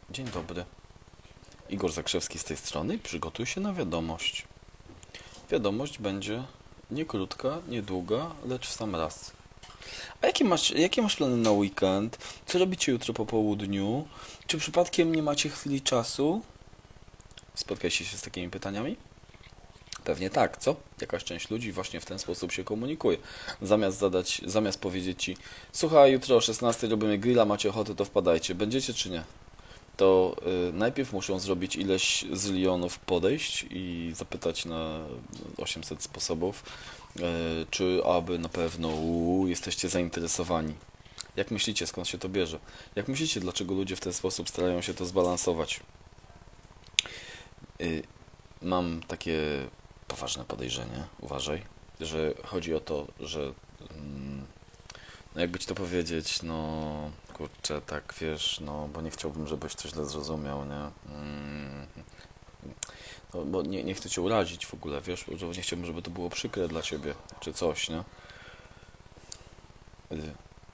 Dzień dobry. Igor Zakrzewski z tej strony. Przygotuj się na wiadomość. Wiadomość będzie nie krótka, nie długa, lecz w sam raz. A jakie masz plany na weekend? Co robicie jutro po południu? Czy przypadkiem nie macie chwili czasu? Spotkaliście się z takimi pytaniami? Pewnie tak, co? Jakaś część ludzi właśnie w ten sposób się komunikuje. Zamiast powiedzieć ci, słuchaj, jutro o 16 robimy grilla, macie ochotę, to wpadajcie. Będziecie czy nie? To najpierw muszą zrobić ileś zilionów podejść i zapytać na 800 sposobów, czy aby na pewno jesteście zainteresowani. Jak myślicie, skąd się to bierze? Jak myślicie, dlaczego ludzie w ten sposób starają się to zbalansować? Y, Mam takie poważne podejrzenie, uważaj, że chodzi o to, że no jakby ci to powiedzieć, no kurczę, tak wiesz, no bo nie chciałbym, żebyś to źle zrozumiał, nie? No, bo nie chcę cię urazić w ogóle, wiesz, bo nie chciałbym, żeby to było przykre dla ciebie, czy coś, nie? Y,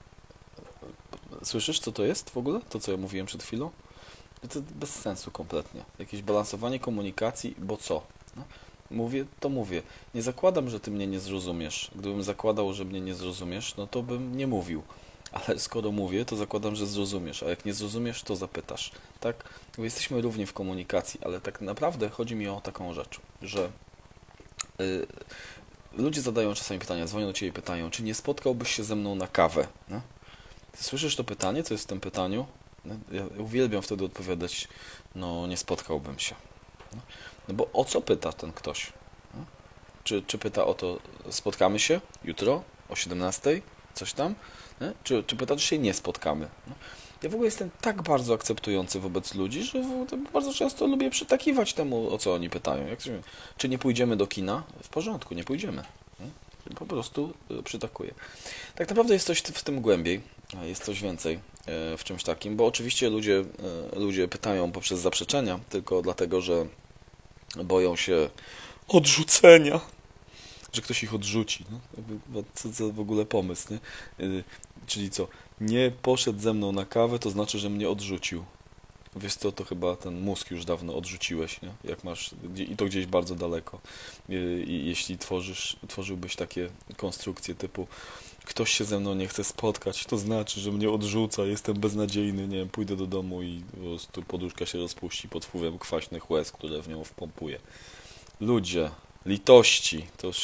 Słyszysz, co to jest w ogóle? To, co ja mówiłem przed chwilą? To bez sensu kompletnie. Jakieś balansowanie komunikacji, bo co? No, mówię, to mówię. Nie zakładam, że ty mnie nie zrozumiesz. Gdybym zakładał, że mnie nie zrozumiesz, no to bym nie mówił. Ale skoro mówię, to zakładam, że zrozumiesz. A jak nie zrozumiesz, to zapytasz. Tak? Bo jesteśmy równi w komunikacji, ale tak naprawdę chodzi mi o taką rzecz, że y, ludzie zadają czasami pytania, dzwonią do ciebie i pytają, czy nie spotkałbyś się ze mną na kawę? No? Ty słyszysz to pytanie? Co jest w tym pytaniu? No, ja uwielbiam wtedy odpowiadać, no nie spotkałbym się. No, no bo o co pyta ten ktoś? No? Czy pyta o to, spotkamy się jutro o 17? Coś tam? Nie? Czy pyta, czy się nie spotkamy? No. Ja w ogóle jestem tak bardzo akceptujący wobec ludzi, że bardzo często lubię przytakiwać temu, o co oni pytają. Czy nie pójdziemy do kina? W porządku, nie pójdziemy. Nie? Po prostu przytakuję. Tak naprawdę jest coś w tym głębiej, jest coś więcej w czymś takim, bo oczywiście ludzie pytają poprzez zaprzeczenia, tylko dlatego, że boją się odrzucenia, że ktoś ich odrzuci. No? Co w ogóle pomysł, nie? Czyli co? Nie poszedł ze mną na kawę, to znaczy, że mnie odrzucił. Wiesz co, to chyba ten mózg już dawno odrzuciłeś, nie? Jak masz, i to gdzieś bardzo daleko. I jeśli tworzyłbyś takie konstrukcje typu ktoś się ze mną nie chce spotkać, to znaczy, że mnie odrzuca, jestem beznadziejny, nie wiem, pójdę do domu i po prostu poduszka się rozpuści pod wpływem kwaśnych łez, które w nią wpompuję. Ludzie, litości,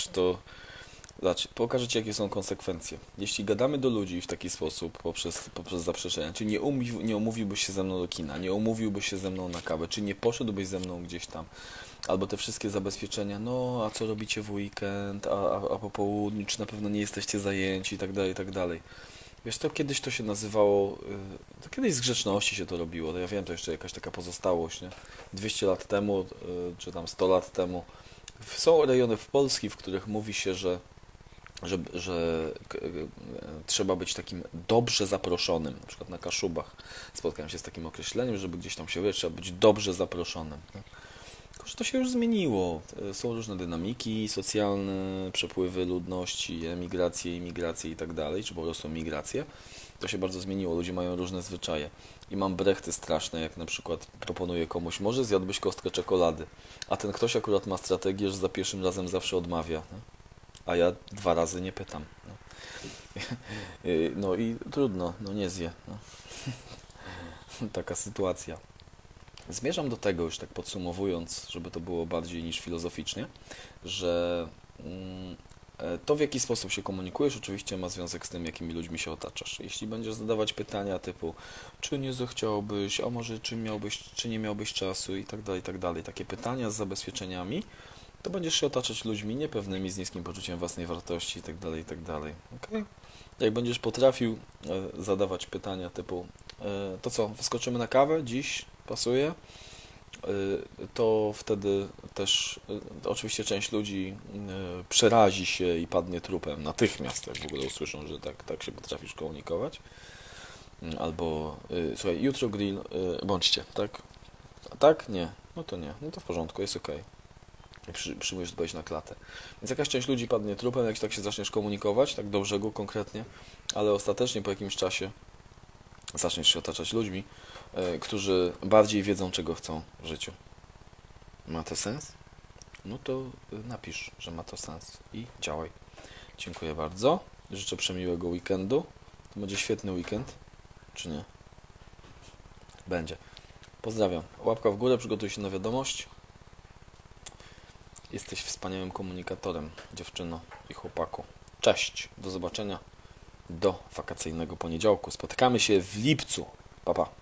znaczy, pokażę Ci, jakie są konsekwencje. Jeśli gadamy do ludzi w taki sposób, poprzez zaprzeczenia, czy nie umówiłbyś się ze mną do kina, nie umówiłbyś się ze mną na kawę, czy nie poszedłbyś ze mną gdzieś tam, albo te wszystkie zabezpieczenia, no, a co robicie w weekend, a po południu, czy na pewno nie jesteście zajęci, i tak dalej, i tak dalej. Wiesz, to kiedyś to się nazywało, to kiedyś z grzeczności się to robiło, to ja wiem, to jeszcze jakaś taka pozostałość, nie? 200 lat temu, czy tam 100 lat temu, są rejony w Polsce, w których mówi się, że trzeba być takim dobrze zaproszonym, na przykład na Kaszubach spotkałem się z takim określeniem, żeby gdzieś tam się wyjść, trzeba być dobrze zaproszonym. Tylko, że to się już zmieniło. Są różne dynamiki socjalne, przepływy ludności, emigracje, imigracje i tak dalej, czy po prostu migracje. To się bardzo zmieniło, ludzie mają różne zwyczaje. I mam brechty straszne, jak na przykład proponuję komuś, może zjadłbyś kostkę czekolady, a ten ktoś akurat ma strategię, że za pierwszym razem zawsze odmawia, no? A ja 2 razy nie pytam. No, no i trudno, no nie zje. No. Taka sytuacja. Zmierzam do tego, już tak podsumowując, żeby to było bardziej niż filozoficznie, że to, w jaki sposób się komunikujesz, oczywiście ma związek z tym, jakimi ludźmi się otaczasz. Jeśli będziesz zadawać pytania typu, czy nie zechciałbyś, a może czy nie miałbyś czasu i tak dalej, takie pytania z zabezpieczeniami, to będziesz się otaczać ludźmi niepewnymi, z niskim poczuciem własnej wartości i tak dalej, i tak dalej. Okay? Jak będziesz potrafił zadawać pytania typu, to co, wyskoczymy na kawę dziś? Pasuje? To wtedy też oczywiście część ludzi przerazi się i padnie trupem natychmiast, jak w ogóle usłyszą, że tak się potrafisz komunikować. Albo słuchaj, jutro grill, bądźcie, tak? A tak? Nie. No to nie. No to w porządku, jest okej. Przyjmujesz odpowiedź na klatę. Więc jakaś część ludzi padnie trupem, jak tak się zaczniesz komunikować, tak do brzegu konkretnie, ale ostatecznie po jakimś czasie Zaczniesz się otaczać ludźmi, którzy bardziej wiedzą, czego chcą w życiu. Ma to sens? No to napisz, że ma to sens i działaj. Dziękuję bardzo. Życzę przemiłego weekendu. To będzie świetny weekend, czy nie? Będzie. Pozdrawiam. Łapka w górę, przygotuj się na wiadomość. Jesteś wspaniałym komunikatorem, dziewczyno i chłopaku. Cześć, do zobaczenia do wakacyjnego poniedziałku. Spotykamy się w lipcu. Pa, pa.